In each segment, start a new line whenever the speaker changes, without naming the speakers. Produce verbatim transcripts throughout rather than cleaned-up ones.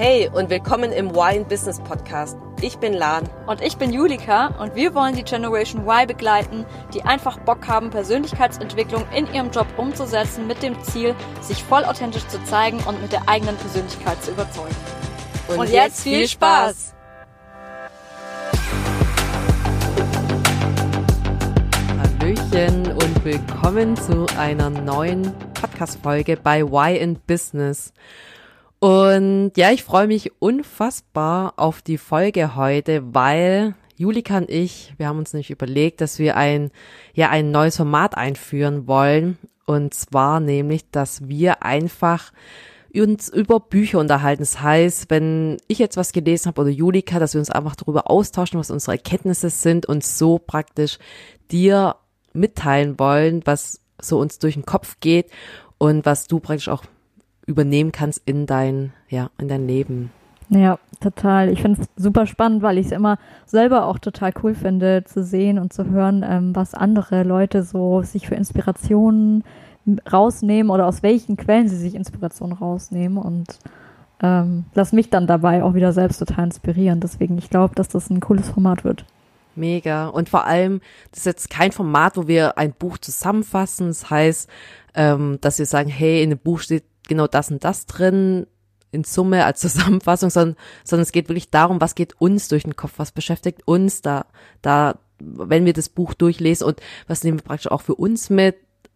Hey und willkommen im Y in Business Podcast. Ich bin Lan.
Und ich bin Julika und wir wollen die Generation Y begleiten, die einfach Bock haben, Persönlichkeitsentwicklung in ihrem Job umzusetzen mit dem Ziel, sich voll authentisch zu zeigen und mit der eigenen Persönlichkeit zu überzeugen.
Und, und jetzt viel Spaß! Hallöchen und willkommen zu einer neuen Podcast-Folge bei Y in Business. Und ja, ich freue mich unfassbar auf die Folge heute, weil Julika und ich, wir haben uns nämlich überlegt, dass wir ein, ja, ein neues Format einführen wollen. Und zwar nämlich, dass wir einfach uns über Bücher unterhalten. Das heißt, wenn ich jetzt was gelesen habe oder Julika, dass wir uns einfach darüber austauschen, was unsere Erkenntnisse sind und so praktisch dir mitteilen wollen, was so uns durch den Kopf geht und was du praktisch auch übernehmen kannst in dein, ja, in dein Leben.
Ja, total. Ich finde es super spannend, weil ich es immer selber auch total cool finde, zu sehen und zu hören, ähm, was andere Leute so sich für Inspirationen rausnehmen oder aus welchen Quellen sie sich Inspiration rausnehmen und ähm, lass mich dann dabei auch wieder selbst total inspirieren. Deswegen, ich glaube, dass das ein cooles Format wird.
Mega. Und vor allem, das ist jetzt kein Format, wo wir ein Buch zusammenfassen. Das heißt, ähm, dass wir sagen, hey, in dem Buch steht genau das und das drin in Summe als Zusammenfassung, sondern, sondern es geht wirklich darum, was geht uns durch den Kopf, was beschäftigt uns da, da, wenn wir das Buch durchlesen und was nehmen wir praktisch auch für uns mit.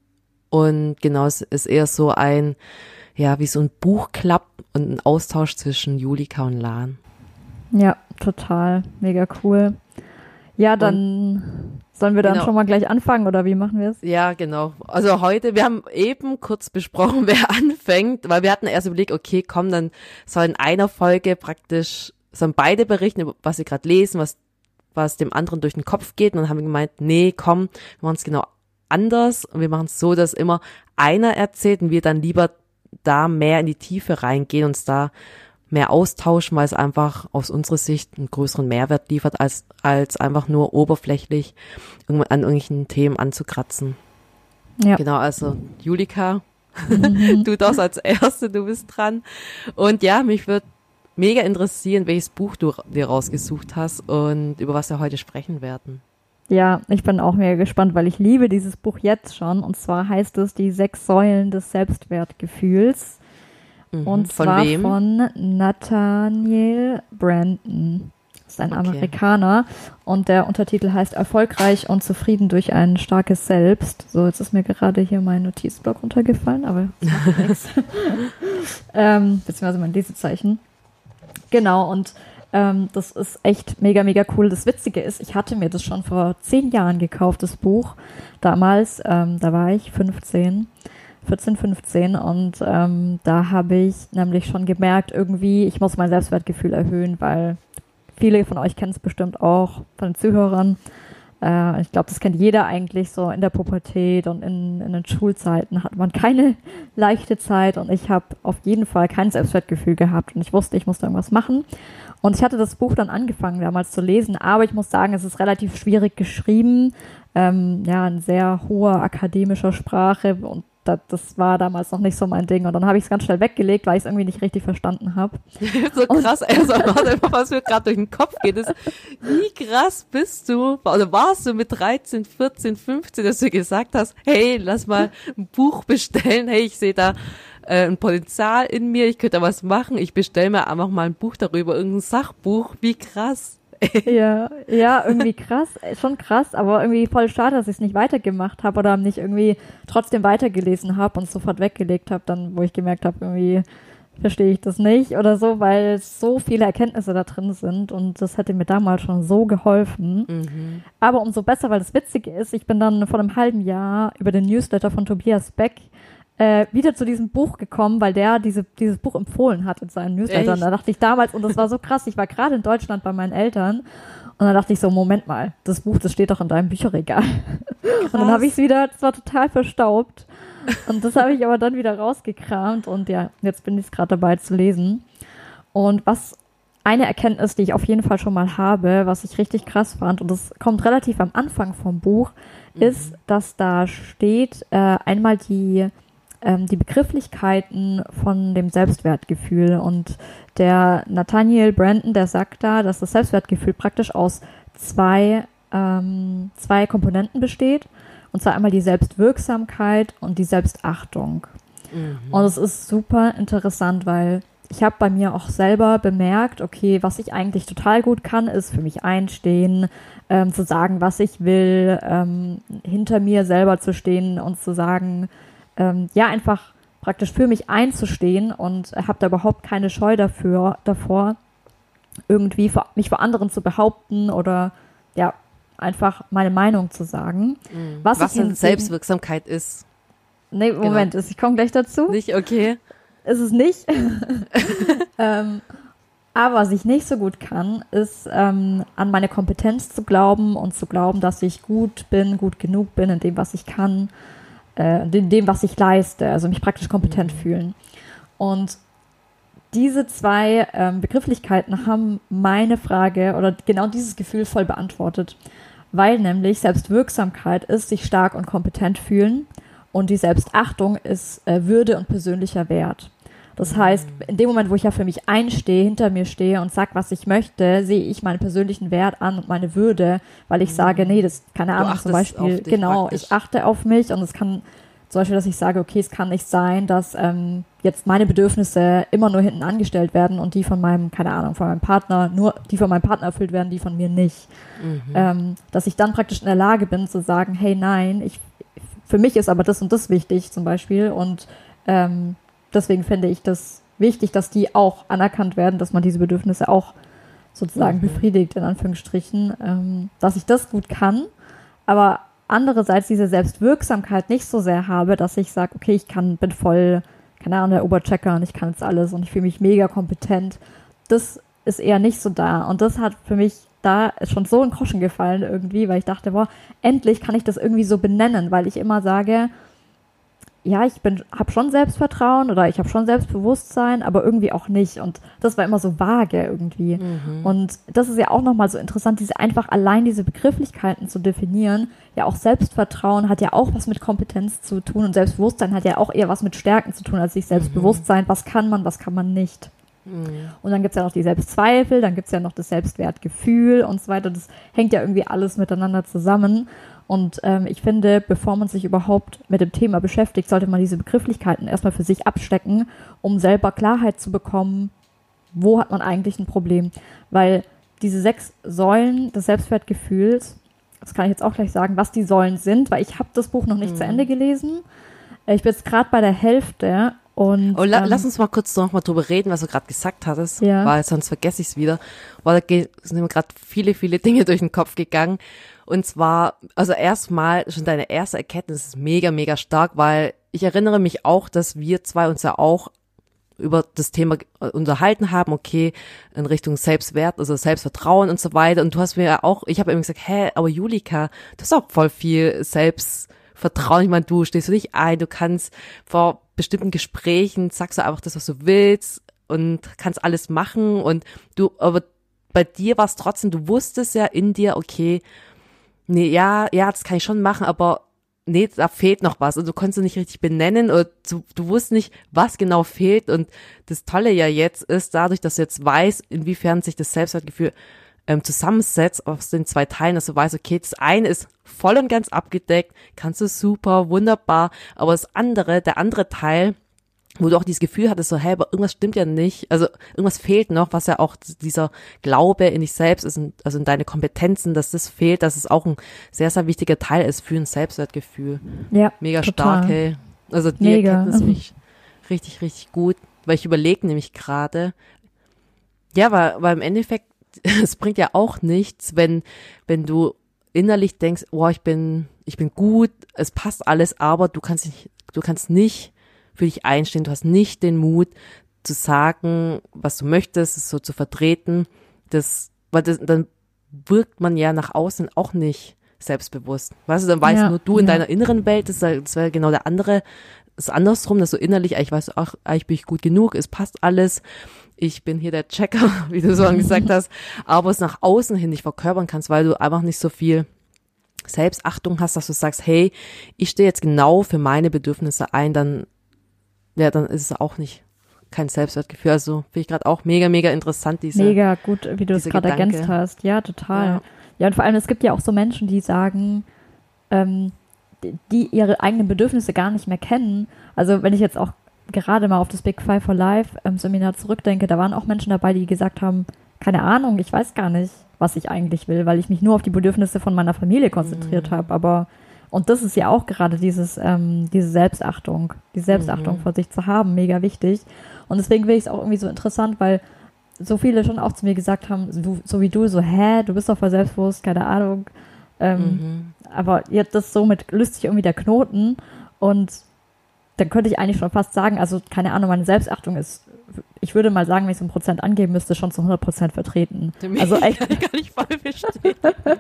Und genau, es ist eher so ein, ja, wie so ein Buchclub und ein Austausch zwischen Julika und Lan.
Ja, total, mega cool. Ja, dann und, sollen wir dann genau. schon mal gleich anfangen oder wie machen wir es?
Ja, genau. Also heute, wir haben eben kurz besprochen, wer anfängt, weil wir hatten erst überlegt, okay, komm, dann soll in einer Folge praktisch, sollen beide berichten, was sie gerade lesen, was was dem anderen durch den Kopf geht. Und dann haben wir gemeint, nee, komm, wir machen es genau anders und wir machen es so, dass immer einer erzählt und wir dann lieber da mehr in die Tiefe reingehen, uns da mehr austauschen, weil es einfach aus unserer Sicht einen größeren Mehrwert liefert, als als einfach nur oberflächlich an irgendwelchen Themen anzukratzen. Ja. Genau, also Julika, mhm. du darfst als Erste, du bist dran. Und ja, mich würde mega interessieren, welches Buch du dir rausgesucht hast und über was wir heute sprechen werden.
Ja, ich bin auch mega gespannt, weil ich liebe dieses Buch jetzt schon. Und zwar heißt es Die sechs Säulen des Selbstwertgefühls. Und
von
zwar
wem?
von Nathaniel Branden. Das ist ein
Okay.
Amerikaner und der Untertitel heißt Erfolgreich und zufrieden durch ein starkes Selbst. So, jetzt ist mir gerade hier mein Notizblock runtergefallen, aber das macht nichts. ähm, beziehungsweise mein Lesezeichen. Genau, und ähm, das ist echt mega, mega cool. Das Witzige ist, ich hatte mir das schon vor zehn Jahren gekauft, das Buch. Damals, ähm, da war ich fünfzehn. vierzehn, fünfzehn und ähm, da habe ich nämlich schon gemerkt, irgendwie, ich muss mein Selbstwertgefühl erhöhen, weil viele von euch kennen es bestimmt auch von den Zuhörern. Äh, ich glaube, das kennt jeder eigentlich so in der Pubertät und in, in den Schulzeiten hat man keine leichte Zeit und ich habe auf jeden Fall kein Selbstwertgefühl gehabt und ich wusste, ich musste irgendwas machen. Und ich hatte das Buch dann angefangen damals zu lesen, aber ich muss sagen, es ist relativ schwierig geschrieben, ähm, ja, in sehr hoher akademischer Sprache und Das, das war damals noch nicht so mein Ding. Und dann habe ich es ganz schnell weggelegt, weil ich es irgendwie nicht richtig verstanden habe.
So krass, also was mir gerade durch den Kopf geht, ist, wie krass bist du, oder warst du mit dreizehn, vierzehn, fünfzehn, dass du gesagt hast, hey, lass mal ein Buch bestellen, hey, ich sehe da äh, ein Potenzial in mir, ich könnte da was machen, ich bestelle mir einfach mal ein Buch darüber, irgendein Sachbuch, wie krass.
Ja, ja, irgendwie krass, schon krass, aber irgendwie voll schade, dass ich es nicht weitergemacht habe oder nicht irgendwie trotzdem weitergelesen habe und sofort weggelegt habe, dann, wo ich gemerkt habe, irgendwie verstehe ich das nicht oder so, weil so viele Erkenntnisse da drin sind und das hätte mir damals schon so geholfen. Mhm. Aber umso besser, weil das Witzige ist, ich bin dann vor einem halben Jahr über den Newsletter von Tobias Beck Äh, wieder zu diesem Buch gekommen, weil der diese dieses Buch empfohlen hat in seinen Newslettern. Und da dachte ich damals, und das war so krass, ich war gerade in Deutschland bei meinen Eltern und dann dachte ich so, Moment mal, das Buch, das steht doch in deinem Bücherregal. Krass. Und dann habe ich es wieder, das war total verstaubt und das habe ich aber dann wieder rausgekramt und ja, jetzt bin ich gerade dabei zu lesen. Und was eine Erkenntnis, die ich auf jeden Fall schon mal habe, was ich richtig krass fand, und das kommt relativ am Anfang vom Buch, mhm. ist, dass da steht, äh, einmal die ähm, die Begrifflichkeiten von dem Selbstwertgefühl. Und der Nathaniel Branden, der sagt da, dass das Selbstwertgefühl praktisch aus zwei, ähm, zwei Komponenten besteht. Und zwar einmal die Selbstwirksamkeit und die Selbstachtung. Mhm. Und es ist super interessant, weil ich habe bei mir auch selber bemerkt, okay, was ich eigentlich total gut kann, ist für mich einstehen, ähm, zu sagen, was ich will, ähm, hinter mir selber zu stehen und zu sagen, ähm, ja, einfach praktisch für mich einzustehen und habe da überhaupt keine Scheu dafür, davor, irgendwie vor, mich vor anderen zu behaupten oder ja, einfach meine Meinung zu sagen.
Mhm. Was, was denn Selbstwirksamkeit ist.
Nee, Moment, genau. Ich komme gleich dazu.
Nicht, okay.
Ist es nicht. ähm, aber was ich nicht so gut kann, ist ähm, an meine Kompetenz zu glauben und zu glauben, dass ich gut bin, gut genug bin in dem, was ich kann, äh, in dem, was ich leiste, also mich praktisch kompetent mhm. fühlen. Und diese zwei ähm, Begrifflichkeiten haben meine Frage oder genau dieses Gefühl voll beantwortet, weil nämlich Selbstwirksamkeit ist, sich stark und kompetent fühlen und die Selbstachtung ist äh, Würde und persönlicher Wert. Das heißt, in dem Moment, wo ich ja für mich einstehe, hinter mir stehe und sage, was ich möchte, sehe ich meinen persönlichen Wert an und meine Würde, weil ich sage, nee, das, keine Ahnung, zum Beispiel, genau, praktisch. Ich achte auf mich und es kann zum Beispiel, dass ich sage, okay, es kann nicht sein, dass ähm, jetzt meine Bedürfnisse immer nur hinten angestellt werden und die von meinem, keine Ahnung, von meinem Partner, nur die von meinem Partner erfüllt werden, die von mir nicht. Mhm. Ähm, dass ich dann praktisch in der Lage bin zu sagen, hey, nein, ich, für mich ist aber das und das wichtig zum Beispiel und ähm, deswegen finde ich das wichtig, dass die auch anerkannt werden, dass man diese Bedürfnisse auch sozusagen mhm. befriedigt, in Anführungsstrichen, ähm, dass ich das gut kann, aber andererseits diese Selbstwirksamkeit nicht so sehr habe, dass ich sage, okay, ich kann, bin voll, keine Ahnung, der Oberchecker und ich kann jetzt alles und ich fühle mich mega kompetent. Das ist eher nicht so da und das hat für mich da schon so ein Groschen gefallen irgendwie, weil ich dachte, boah, endlich kann ich das irgendwie so benennen, weil ich immer sage, ja, ich bin, habe schon Selbstvertrauen oder ich habe schon Selbstbewusstsein, aber irgendwie auch nicht. Und das war immer so vage irgendwie. Mhm. Und das ist ja auch nochmal so interessant, diese einfach allein diese Begrifflichkeiten zu definieren. Ja, auch Selbstvertrauen hat ja auch was mit Kompetenz zu tun und Selbstbewusstsein hat ja auch eher was mit Stärken zu tun als sich Selbstbewusstsein. Mhm. Was kann man, was kann man nicht? Mhm. Und dann gibt's ja noch die Selbstzweifel, dann gibt's ja noch das Selbstwertgefühl und so weiter. Das hängt ja irgendwie alles miteinander zusammen. Und ähm, ich finde, bevor man sich überhaupt mit dem Thema beschäftigt, sollte man diese Begrifflichkeiten erstmal für sich abstecken, um selber Klarheit zu bekommen, wo hat man eigentlich ein Problem. Weil diese sechs Säulen des Selbstwertgefühls, das kann ich jetzt auch gleich sagen, was die Säulen sind, weil ich habe das Buch noch nicht mhm. zu Ende gelesen. Ich bin jetzt gerade bei der Hälfte. Und,
oh, la-
ähm,
lass uns mal kurz noch mal drüber reden, was du gerade gesagt hattest,
ja.
weil sonst vergesse ich es wieder. Weil da ge- sind mir gerade viele, viele Dinge durch den Kopf gegangen. Und zwar, also erstmal schon deine erste Erkenntnis ist mega, mega stark, weil ich erinnere mich auch, dass wir zwei uns ja auch über das Thema unterhalten haben, okay, in Richtung Selbstwert, also Selbstvertrauen und so weiter. Und du hast mir ja auch, ich habe immer gesagt, hä, aber Julika, du hast auch voll viel Selbstvertrauen. Ich meine, du stehst für dich ein, du kannst vor bestimmten Gesprächen, sagst du einfach das, was du willst und kannst alles machen. Und du, aber bei dir war es trotzdem, du wusstest ja in dir, okay, nee, ja, ja, das kann ich schon machen, aber nee, da fehlt noch was. Und du konntest es nicht richtig benennen oder du, du wusstest nicht, was genau fehlt. Und das Tolle ja jetzt ist, dadurch, dass du jetzt weißt, inwiefern sich das Selbstwertgefühl ähm, zusammensetzt aus den zwei Teilen, dass du weißt, okay, das eine ist voll und ganz abgedeckt, kannst du super, wunderbar, aber das andere, der andere Teil, wo du auch dieses Gefühl hattest, so, hey, aber irgendwas stimmt ja nicht, also irgendwas fehlt noch, was ja auch dieser Glaube in dich selbst ist, also in deine Kompetenzen, dass das fehlt, dass es auch ein sehr, sehr wichtiger Teil ist für ein Selbstwertgefühl.
Ja,
mega
total.
stark, hey. Also die
Mega.
Erkenntnis finde ich richtig, richtig gut, weil ich überlege nämlich gerade, ja, weil, weil im Endeffekt, es bringt ja auch nichts, wenn, wenn du innerlich denkst, oh, ich bin, ich bin gut, es passt alles, aber du kannst nicht, du kannst nicht für dich einstehen, du hast nicht den Mut zu sagen, was du möchtest, es so zu vertreten, das, weil das, dann wirkt man ja nach außen auch nicht selbstbewusst. Weißt du, dann weißt
ja,
nur du in
ja.
deiner inneren Welt, das, das wäre genau der andere, das ist andersrum, dass du innerlich, ich weiß, ach, eigentlich bin ich gut genug, es passt alles, ich bin hier der Checker, wie du so gesagt hast, aber es nach außen hin nicht verkörpern kannst, weil du einfach nicht so viel Selbstachtung hast, dass du sagst, hey, ich stehe jetzt genau für meine Bedürfnisse ein, dann ja, dann ist es auch nicht kein Selbstwertgefühl. Also finde ich gerade auch mega, mega interessant, diese
Mega gut, wie du es gerade
Gedanke.
ergänzt hast. Ja, total.
Ja.
Ja, und vor allem, es gibt ja auch so Menschen, die sagen, ähm, die, die ihre eigenen Bedürfnisse gar nicht mehr kennen. Also wenn ich jetzt auch gerade mal auf das Big Five for Life ähm, Seminar zurückdenke, da waren auch Menschen dabei, die gesagt haben, keine Ahnung, ich weiß gar nicht, was ich eigentlich will, weil ich mich nur auf die Bedürfnisse von meiner Familie konzentriert
Mhm.
habe. Aber, und das ist ja auch gerade dieses, ähm, diese Selbstachtung, die Selbstachtung
Mhm.
vor sich zu haben, mega wichtig. Und deswegen finde ich es auch irgendwie so interessant, weil so viele schon auch zu mir gesagt haben, so, so wie du, so, hä, du bist doch voll selbstbewusst, keine Ahnung. Ähm,
Mhm.
Aber jetzt das somit löst sich irgendwie der Knoten und dann könnte ich eigentlich schon fast sagen, also keine Ahnung, meine Selbstachtung ist, ich würde mal sagen, wenn ich so ein Prozent angeben müsste, schon zu hundert Prozent vertreten. Also echt.
Kann ich gar nicht voll verstehen.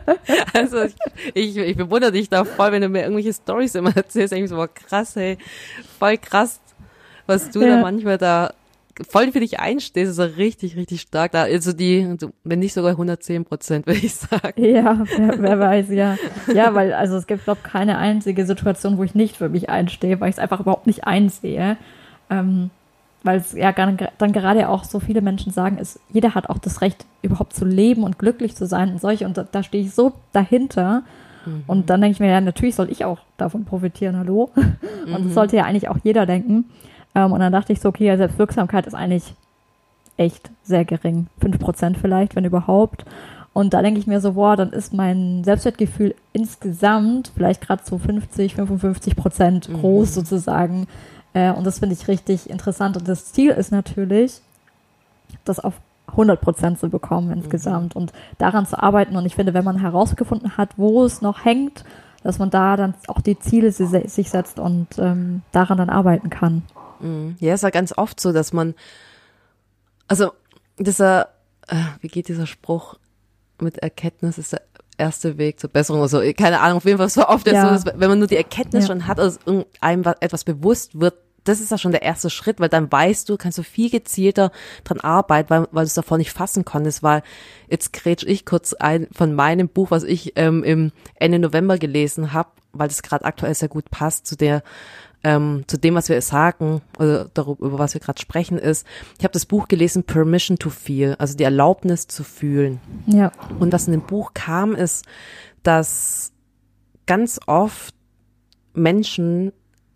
Also ich, ich, ich bewundere dich da voll, wenn du mir irgendwelche Storys immer erzählst, irgendwie so, boah, krass, hey, voll krass, was du
Ja.
da manchmal da voll für dich einstehst, ist ja richtig, richtig stark. Da, also die, wenn nicht sogar hundertzehn Prozent, würde ich sagen.
Ja, wer, wer weiß, ja. Ja, weil also es gibt, glaube ich, keine einzige Situation, wo ich nicht für mich einstehe, weil ich es einfach überhaupt nicht einsehe. Ähm, weil es ja dann, dann gerade auch so viele Menschen sagen, ist, jeder hat auch das Recht, überhaupt zu leben und glücklich zu sein und solche. Und da, da stehe ich so dahinter.
Mhm.
Und dann denke ich mir, ja, natürlich soll ich auch davon profitieren, hallo. Und das
Mhm.
sollte ja eigentlich auch jeder denken. Ähm, und dann dachte ich so, okay, ja, Selbstwirksamkeit ist eigentlich echt sehr gering. fünf Prozent vielleicht, wenn überhaupt. Und da denke ich mir so, boah, dann ist mein Selbstwertgefühl insgesamt vielleicht gerade so fünfzig, fünfundfünfzig Prozent groß
Mhm.
sozusagen. Äh, und das finde ich richtig interessant. Und das Ziel ist natürlich, das auf hundert Prozent zu bekommen insgesamt und daran zu arbeiten. Und ich finde, wenn man herausgefunden hat, wo es noch hängt, dass man da dann auch die Ziele si- sich setzt und ähm, daran dann arbeiten kann.
Mhm. Ja, es war ganz oft so, dass man, also dieser, äh, wie geht dieser Spruch, mit Erkenntnis ist der erste Weg zur Besserung oder so, keine Ahnung, auf jeden Fall so oft ist
Ja.
so, dass, wenn man nur die Erkenntnis
Ja.
schon hat, dass einem was- etwas bewusst wird, das ist ja schon der erste Schritt, weil dann weißt du, kannst du viel gezielter dran arbeiten, weil, weil du es davor nicht fassen konntest, weil jetzt grätsch ich kurz ein von meinem Buch, was ich ähm, im Ende November gelesen habe, weil das gerade aktuell sehr gut passt zu der ähm, zu dem, was wir sagen, oder darüber, über was wir gerade sprechen, ist, ich habe das Buch gelesen, Permission to Feel, also die Erlaubnis zu fühlen.
Ja.
Und was in dem Buch kam, ist, dass ganz oft Menschen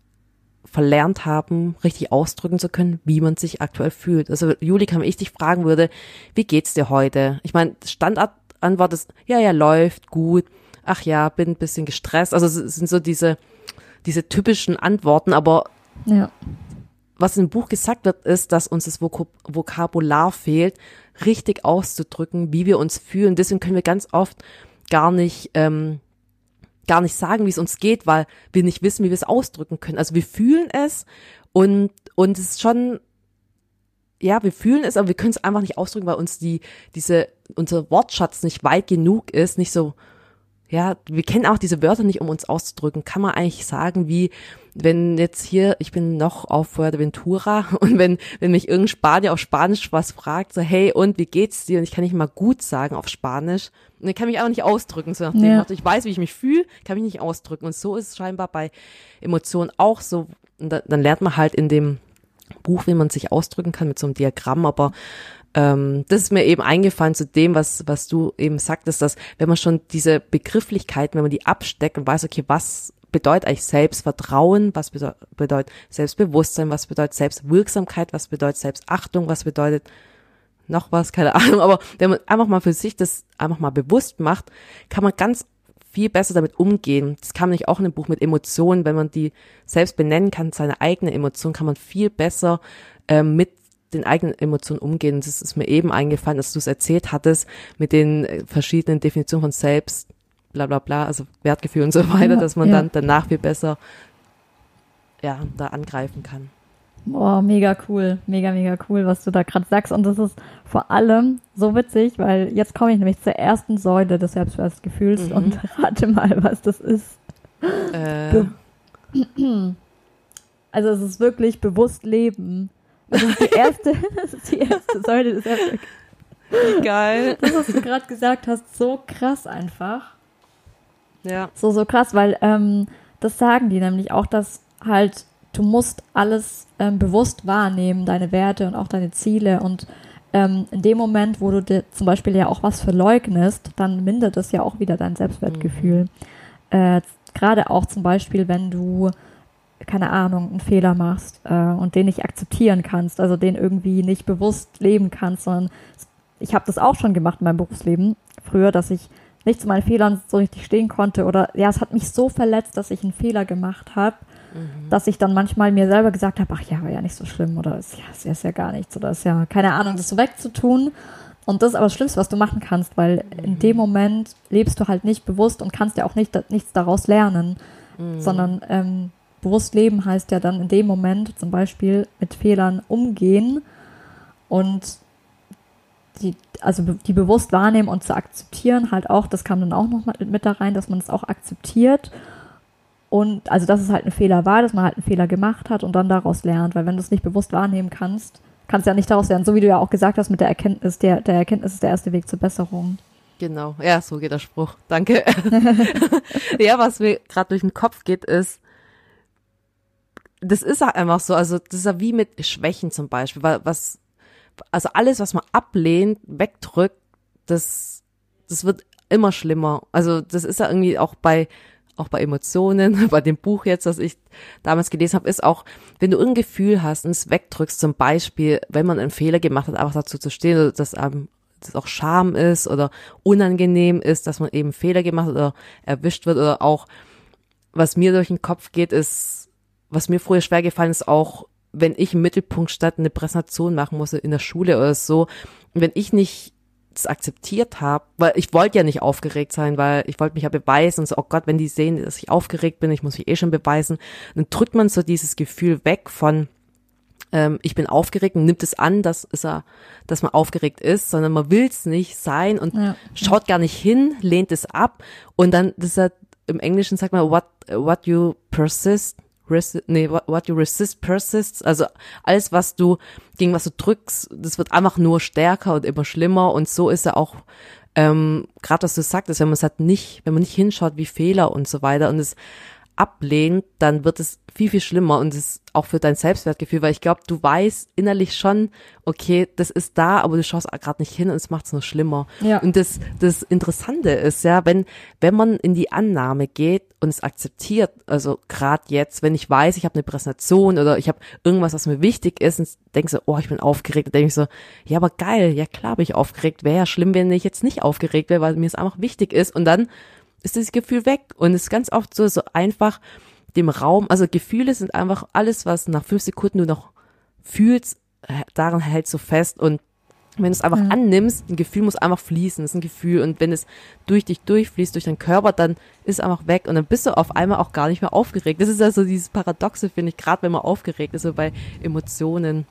verlernt haben, richtig ausdrücken zu können, wie man sich aktuell fühlt. Also Julika, wenn ich dich fragen würde, wie geht's dir heute? Ich meine, Standardantwort ist, ja, ja, läuft, gut. Ach ja, bin ein bisschen gestresst. Also es sind so diese diese typischen Antworten, aber
Ja.
was im Buch gesagt wird, ist, dass uns das Vok- Vokabular fehlt, richtig auszudrücken, wie wir uns fühlen. Deswegen können wir ganz oft gar nicht, ähm, gar nicht sagen, wie es uns geht, weil wir nicht wissen, wie wir es ausdrücken können. Also wir fühlen es und, und es ist schon, ja, wir fühlen es, aber wir können es einfach nicht ausdrücken, weil uns die, diese, unser Wortschatz nicht weit genug ist, nicht so, ja, wir kennen auch diese Wörter nicht, um uns auszudrücken. Kann man eigentlich sagen, wie, wenn jetzt hier, ich bin noch auf Fuerteventura und wenn, wenn mich irgendein Spanier auf Spanisch was fragt, so, hey, und wie geht's dir? Und ich kann nicht mal gut sagen auf Spanisch. Und ich kann mich einfach nicht ausdrücken, so nach dem
Ja.
Motto, ich weiß, wie ich mich fühle, kann mich nicht ausdrücken. Und so ist es scheinbar bei Emotionen auch so. Und da, dann lernt man halt in dem Buch, wie man sich ausdrücken kann mit so einem Diagramm, aber ähm, das ist mir eben eingefallen zu dem, was was du eben sagtest, dass wenn man schon diese Begrifflichkeiten, wenn man die absteckt und weiß, okay, was bedeutet eigentlich Selbstvertrauen, was bedeutet, bedeutet Selbstbewusstsein, was bedeutet Selbstwirksamkeit, was bedeutet Selbstachtung, was bedeutet noch was, keine Ahnung, aber wenn man einfach mal für sich das einfach mal bewusst macht, kann man ganz viel besser damit umgehen. Das kam nicht auch in dem Buch mit Emotionen, wenn man die selbst benennen kann, seine eigene Emotion, kann man viel besser ähm, mit den eigenen Emotionen umgehen. Das ist mir eben eingefallen, dass du es erzählt hattest, mit den äh, verschiedenen Definitionen von Selbst, bla bla bla, also Wertgefühl und so weiter,
Ja,
dass man
ja.
dann danach viel besser ja, da angreifen kann.
Boah, mega cool, mega, mega cool, was du da gerade sagst. Und das ist vor allem so witzig, weil jetzt komme ich nämlich zur ersten Säule des Selbstwertgefühls
Mhm.
und rate mal, was das ist.
Äh,
Also es ist wirklich bewusst leben. Das ist die erste, das ist die erste Säule des Selbstwertgefühls.
wie geil.
Das, was du gerade gesagt hast, so krass einfach.
Ja.
So, so krass, weil ähm, das sagen die nämlich auch, dass halt du musst alles ähm, bewusst wahrnehmen, deine Werte und auch deine Ziele. Und ähm, in dem Moment, wo du dir zum Beispiel ja auch was verleugnest, dann mindert das ja auch wieder dein Selbstwertgefühl. Mhm. Äh, gerade auch zum Beispiel, wenn du, keine Ahnung, einen Fehler machst äh, und den nicht akzeptieren kannst, also den irgendwie nicht bewusst leben kannst, sondern ich habe das auch schon gemacht in meinem Berufsleben früher, dass ich nicht zu meinen Fehlern so richtig stehen konnte oder ja, es hat mich so verletzt, dass ich einen Fehler gemacht habe, mhm. dass ich dann manchmal mir selber gesagt habe, ach ja, war ja nicht so schlimm oder ist ja, ist, ist ja gar nichts oder ist ja, keine Ahnung, das so wegzutun. Und das ist aber das Schlimmste, was du machen kannst, weil mhm. in dem Moment lebst du halt nicht bewusst und kannst ja auch nicht, nichts daraus lernen, mhm. sondern ähm, bewusst leben heißt ja dann in dem Moment zum Beispiel mit Fehlern umgehen und die, also die bewusst wahrnehmen und zu akzeptieren halt auch, das kam dann auch noch mit da rein, dass man es auch akzeptiert und also dass es halt ein Fehler war, dass man halt einen Fehler gemacht hat und dann daraus lernt, weil wenn du es nicht bewusst wahrnehmen kannst, kannst du ja nicht daraus lernen, so wie du ja auch gesagt hast mit der Erkenntnis, der, der Erkenntnis ist der erste Weg zur Besserung.
Genau, ja, so geht der Spruch, danke. Ja, was mir gerade durch den Kopf geht, ist, das ist ja einfach so, also das ist ja wie mit Schwächen zum Beispiel, weil was also alles, was man ablehnt, wegdrückt, das, das wird immer schlimmer. Also das ist ja irgendwie auch bei, auch bei Emotionen, bei dem Buch jetzt, das ich damals gelesen habe, ist auch, wenn du irgendein Gefühl hast und es wegdrückst, zum Beispiel, wenn man einen Fehler gemacht hat, einfach dazu zu stehen, oder dass ähm, das auch Scham ist oder unangenehm ist, dass man eben Fehler gemacht hat oder erwischt wird oder auch, was mir durch den Kopf geht, ist, was mir früher schwer gefallen ist, auch wenn ich im Mittelpunkt statt eine Präsentation machen musste in der Schule oder so, und wenn ich nicht das akzeptiert habe, weil ich wollte ja nicht aufgeregt sein, weil ich wollte mich ja beweisen und so, oh Gott, wenn die sehen, dass ich aufgeregt bin, ich muss mich eh schon beweisen, dann drückt man so dieses Gefühl weg von, ähm, ich bin aufgeregt und nimmt es an, dass, ist er, dass man aufgeregt ist, sondern man will es nicht sein und ja. schaut gar nicht hin, lehnt es ab und dann, das ist ja, im Englischen sagt man, what, what you persist, Resi- nee, what, what you resist persists, also alles, was du, gegen was du drückst, das wird einfach nur stärker und immer schlimmer und so ist ja auch, ähm, gerade was du sagtest, wenn man es halt nicht, wenn man nicht hinschaut wie Fehler und so weiter und es ablehnt, dann wird es viel, viel schlimmer und es ist auch für dein Selbstwertgefühl, weil ich glaube, du weißt innerlich schon, okay, das ist da, aber du schaust gerade nicht hin und es macht es nur schlimmer. Ja. Und das, das Interessante ist ja, wenn, wenn man in die Annahme geht und es akzeptiert, also gerade jetzt, wenn ich weiß, ich habe eine Präsentation oder ich habe irgendwas, was mir wichtig ist und denke so, oh, ich bin aufgeregt, dann denke ich so, ja, aber geil, ja klar bin ich aufgeregt, wäre ja schlimm, wenn ich jetzt nicht aufgeregt wäre, weil mir es einfach wichtig ist und dann ist das Gefühl weg und es ist ganz oft so, so einfach dem Raum, also Gefühle sind einfach alles, was nach fünf Sekunden du noch fühlst, daran hältst du fest und wenn du es einfach mhm. annimmst, ein Gefühl muss einfach fließen, das ist ein Gefühl und wenn es durch dich durchfließt, durch deinen Körper, dann ist es einfach weg und dann bist du auf einmal auch gar nicht mehr aufgeregt. Das ist also dieses Paradoxe, finde ich, gerade wenn man aufgeregt ist, so bei Emotionen.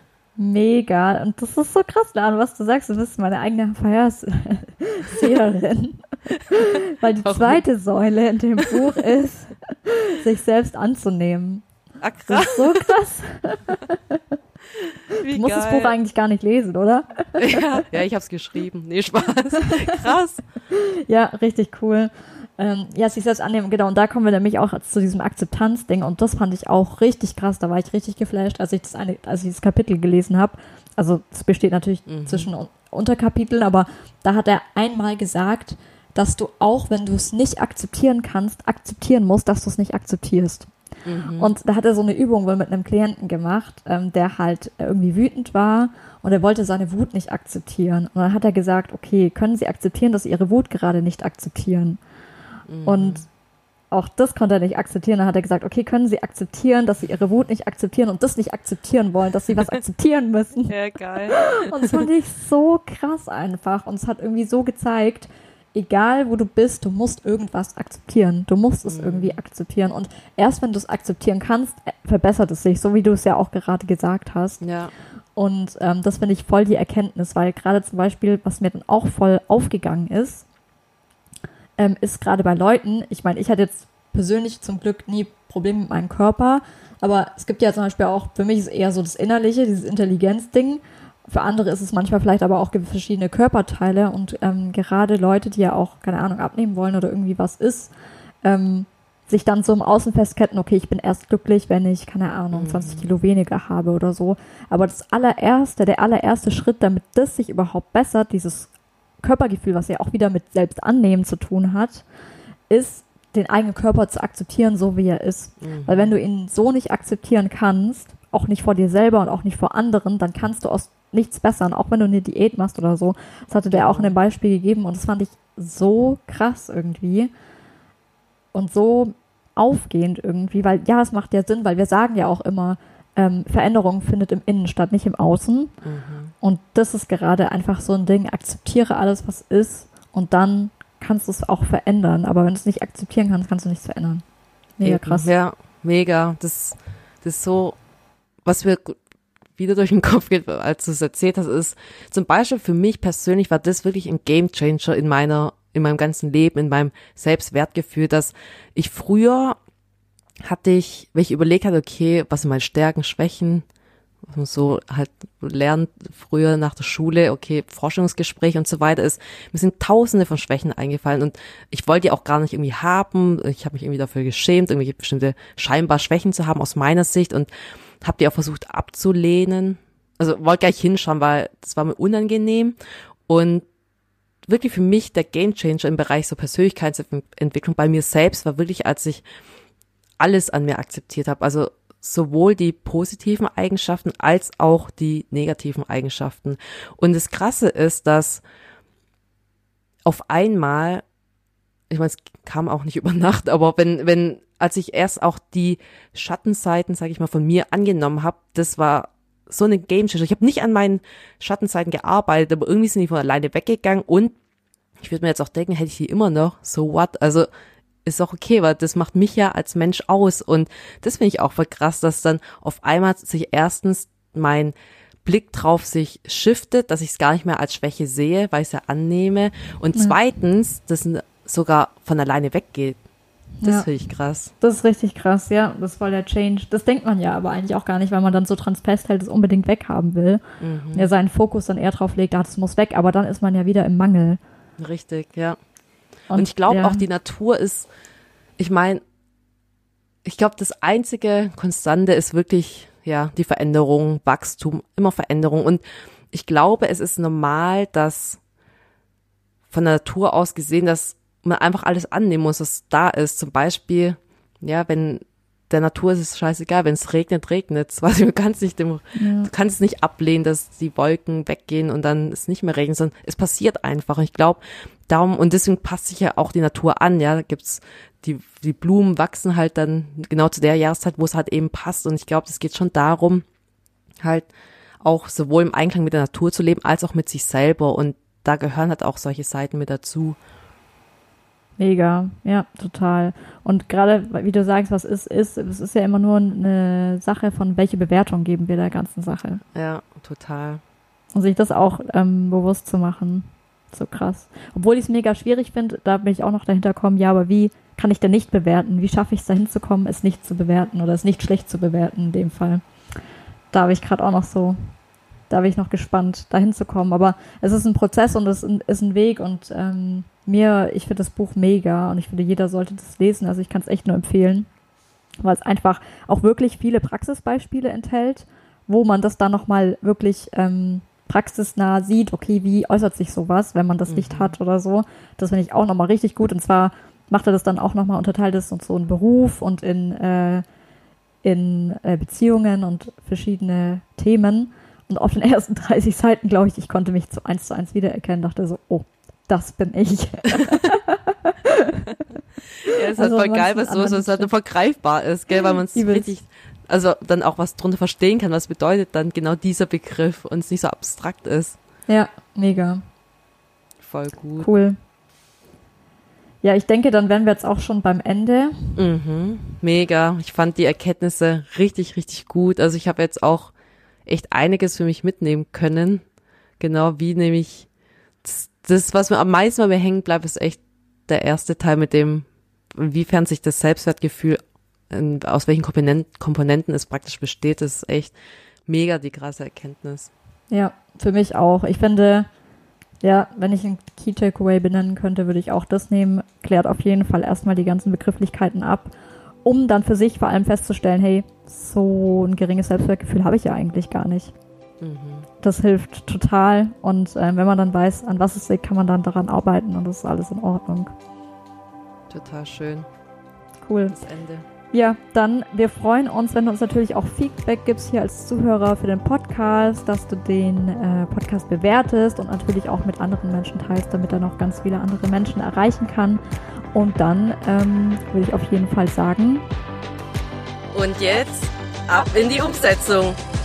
Mega. Und das ist so krass, Lara, was du sagst. Du bist meine eigene Verhörsseherin. Weil die zweite Säule in dem Buch ist, sich selbst anzunehmen.
Ah, krass.
Das ist so krass.
Wie
du musst
geil.
Das Buch eigentlich gar nicht lesen, oder?
Ja, ja, ich hab's geschrieben. Nee, Spaß. Krass.
Ja, richtig cool. Ähm, ja, sich selbst annehmen, genau. Und da kommen wir nämlich auch zu diesem Akzeptanzding. Und das fand ich auch richtig krass. Da war ich richtig geflasht, als ich das eine, als ich das Kapitel gelesen habe. Also es besteht natürlich mhm. zwischen Unterkapiteln, aber da hat er einmal gesagt, dass du auch, wenn du es nicht akzeptieren kannst, akzeptieren musst, dass du es nicht akzeptierst. Mhm. Und da hat er so eine Übung wohl mit einem Klienten gemacht, ähm, der halt irgendwie wütend war und er wollte seine Wut nicht akzeptieren. Und dann hat er gesagt, okay, können Sie akzeptieren, dass Sie Ihre Wut gerade nicht akzeptieren? Mhm. Und auch das konnte er nicht akzeptieren. Dann hat er gesagt, okay, können Sie akzeptieren, dass Sie Ihre Wut nicht akzeptieren und das nicht akzeptieren wollen, dass Sie was akzeptieren müssen?
Ja, geil.
Und das fand ich so krass einfach. Und es hat irgendwie so gezeigt, egal wo du bist, du musst irgendwas akzeptieren. Du musst es mhm. irgendwie akzeptieren. Und erst wenn du es akzeptieren kannst, verbessert es sich, so wie du es ja auch gerade gesagt hast.
Ja.
Und ähm, das finde ich voll die Erkenntnis, weil gerade zum Beispiel, was mir dann auch voll aufgegangen ist, ähm, ist gerade bei Leuten, ich meine, ich hatte jetzt persönlich zum Glück nie Probleme mit meinem Körper, aber es gibt ja zum Beispiel auch, für mich ist eher so das Innerliche, dieses Intelligenzding. Für andere ist es manchmal vielleicht aber auch verschiedene Körperteile und ähm, gerade Leute, die ja auch, keine Ahnung, abnehmen wollen oder irgendwie was ist, ähm, sich dann so im Außen festketten, okay, ich bin erst glücklich, wenn ich, keine Ahnung,
Mhm.
zwanzig Kilo weniger habe oder so. Aber das allererste, der allererste Schritt, damit das sich überhaupt bessert, dieses Körpergefühl, was ja auch wieder mit Selbstannehmen zu tun hat, ist, den eigenen Körper zu akzeptieren, so wie er ist.
Mhm.
Weil wenn du ihn so nicht akzeptieren kannst, auch nicht vor dir selber und auch nicht vor anderen, dann kannst du aus nichts bessern, auch wenn du eine Diät machst oder so. Das hatte der auch in dem Beispiel gegeben und das fand ich so krass irgendwie und so aufgehend irgendwie, weil ja, es macht ja Sinn, weil wir sagen ja auch immer, ähm, Veränderung findet im Innen statt, nicht im Außen.
Mhm.
Und das ist gerade einfach so ein Ding, akzeptiere alles, was ist und dann kannst du es auch verändern. Aber wenn du es nicht akzeptieren kannst, kannst du nichts verändern. Mega
Eben.
krass.
Ja, mega. Das, das ist so, was mir wieder durch den Kopf geht, als du es erzählt hast, ist zum Beispiel für mich persönlich war das wirklich ein Gamechanger in meiner, in meinem ganzen Leben, in meinem Selbstwertgefühl, dass ich früher hatte ich, wenn ich überlegt hatte, okay, was sind meine Stärken, Schwächen, was man so halt lernt früher nach der Schule, okay, Forschungsgespräch und so weiter ist, mir sind tausende von Schwächen eingefallen und ich wollte die auch gar nicht irgendwie haben, ich habe mich irgendwie dafür geschämt, irgendwie bestimmte scheinbar Schwächen zu haben aus meiner Sicht und habe die auch versucht abzulehnen, also wollte gleich hinschauen, weil das war mir unangenehm und wirklich für mich der Gamechanger im Bereich so Persönlichkeitsentwicklung bei mir selbst war wirklich, als ich alles an mir akzeptiert habe, also sowohl die positiven Eigenschaften als auch die negativen Eigenschaften. Und das Krasse ist, dass auf einmal, ich meine, es kam auch nicht über Nacht, aber wenn, wenn, als ich erst auch die Schattenseiten, sage ich mal, von mir angenommen habe, das war so eine Gamechanger. Ich habe nicht an meinen Schattenseiten gearbeitet, aber irgendwie sind die von alleine weggegangen und ich würde mir jetzt auch denken, hätte ich die immer noch, so what? Also ist auch okay, weil das macht mich ja als Mensch aus und das finde ich auch voll krass, dass dann auf einmal sich erstens mein Blick drauf sich shiftet, dass ich es gar nicht mehr als Schwäche sehe, weil ich es ja annehme und ja. zweitens, das sogar von alleine weggeht. Das ja. finde ich krass.
Das ist richtig krass, ja, das ist voll der Change. Das denkt man ja aber eigentlich auch gar nicht, weil man dann so dran festhält, es unbedingt weghaben will. Mhm. Ja, seinen Fokus dann eher drauf legt, ah, das muss weg, aber dann ist man ja wieder im Mangel.
Richtig, ja. Und, und ich glaube ja. auch, die Natur ist, ich meine, ich glaube, das einzige Konstante ist wirklich, ja, die Veränderung, Wachstum, immer Veränderung. Und ich glaube, es ist normal, dass von der Natur aus gesehen, dass man einfach alles annehmen muss, was da ist. Zum Beispiel, ja, wenn der Natur ist es scheißegal, wenn es regnet, regnet es. Du kannst nicht, dem, ja. du kannst nicht ablehnen, dass die Wolken weggehen und dann es nicht mehr regnet, sondern es passiert einfach. Und ich glaube, darum, und deswegen passt sich ja auch die Natur an, ja, da gibt's die, die Blumen wachsen halt dann genau zu der Jahreszeit, wo es halt eben passt. Und ich glaube, es geht schon darum, halt auch sowohl im Einklang mit der Natur zu leben, als auch mit sich selber. Und da gehören halt auch solche Seiten mit dazu.
Mega, ja, total. Und gerade, wie du sagst, was ist, ist, es ist ja immer nur eine Sache von, welche Bewertung geben wir der ganzen Sache.
Ja, total.
Und sich das auch ähm, bewusst zu machen. So krass. Obwohl ich es mega schwierig finde, da bin ich auch noch dahinter gekommen, ja, aber wie kann ich denn nicht bewerten? Wie schaffe ich es dahin zu kommen, es nicht zu bewerten oder es nicht schlecht zu bewerten in dem Fall? Da habe ich gerade auch noch so, da bin ich noch gespannt, dahin zu kommen. Aber es ist ein Prozess und es ist ein Weg und ähm, mir, ich finde das Buch mega und ich finde, jeder sollte das lesen. Also ich kann es echt nur empfehlen, weil es einfach auch wirklich viele Praxisbeispiele enthält, wo man das dann nochmal wirklich ähm, praxisnah sieht, okay, wie äußert sich sowas, wenn man das mhm. nicht hat oder so. Das finde ich auch nochmal richtig gut. Und zwar macht er das dann auch nochmal, unterteilt es in so einen Beruf und in, äh, in äh, Beziehungen und verschiedene Themen. Und auf den ersten dreißig Seiten, glaube ich, ich konnte mich zu eins zu eins wiedererkennen, dachte so, oh, das bin ich.
Ja, es ist also halt voll geil, was so, so es halt voll greifbar ist, gell, weil man es richtig, also dann auch was drunter verstehen kann, was bedeutet dann genau dieser Begriff und es nicht so abstrakt ist.
Ja, mega.
Voll gut.
Cool. Ja, ich denke, dann wären wir jetzt auch schon beim Ende.
Mhm, mega. Ich fand die Erkenntnisse richtig, richtig gut. Also ich habe jetzt auch echt einiges für mich mitnehmen können. Genau, wie nämlich das, das, was mir am meisten bei mir hängen bleibt, ist echt der erste Teil mit dem, inwiefern sich das Selbstwertgefühl, in, aus welchen Komponenten, Komponenten es praktisch besteht, das ist echt mega die krasse Erkenntnis.
Ja, für mich auch. Ich finde, Ja, wenn ich ein Key Takeaway benennen könnte, würde ich auch das nehmen. Klärt auf jeden Fall erstmal die ganzen Begrifflichkeiten ab, um dann für sich vor allem festzustellen, hey, so ein geringes Selbstwertgefühl habe ich ja eigentlich gar nicht. Mhm. Das hilft total und äh, wenn man dann weiß, an was es liegt, kann man dann daran arbeiten und das ist alles in Ordnung.
Total schön.
Cool.
Das Ende.
Ja, dann, wir freuen uns, wenn du uns natürlich auch Feedback gibst hier als Zuhörer für den Podcast, dass du den äh, Podcast bewertest und natürlich auch mit anderen Menschen teilst, damit er noch ganz viele andere Menschen erreichen kann. Und dann ähm, würde ich auf jeden Fall sagen,
und jetzt ab in die Umsetzung.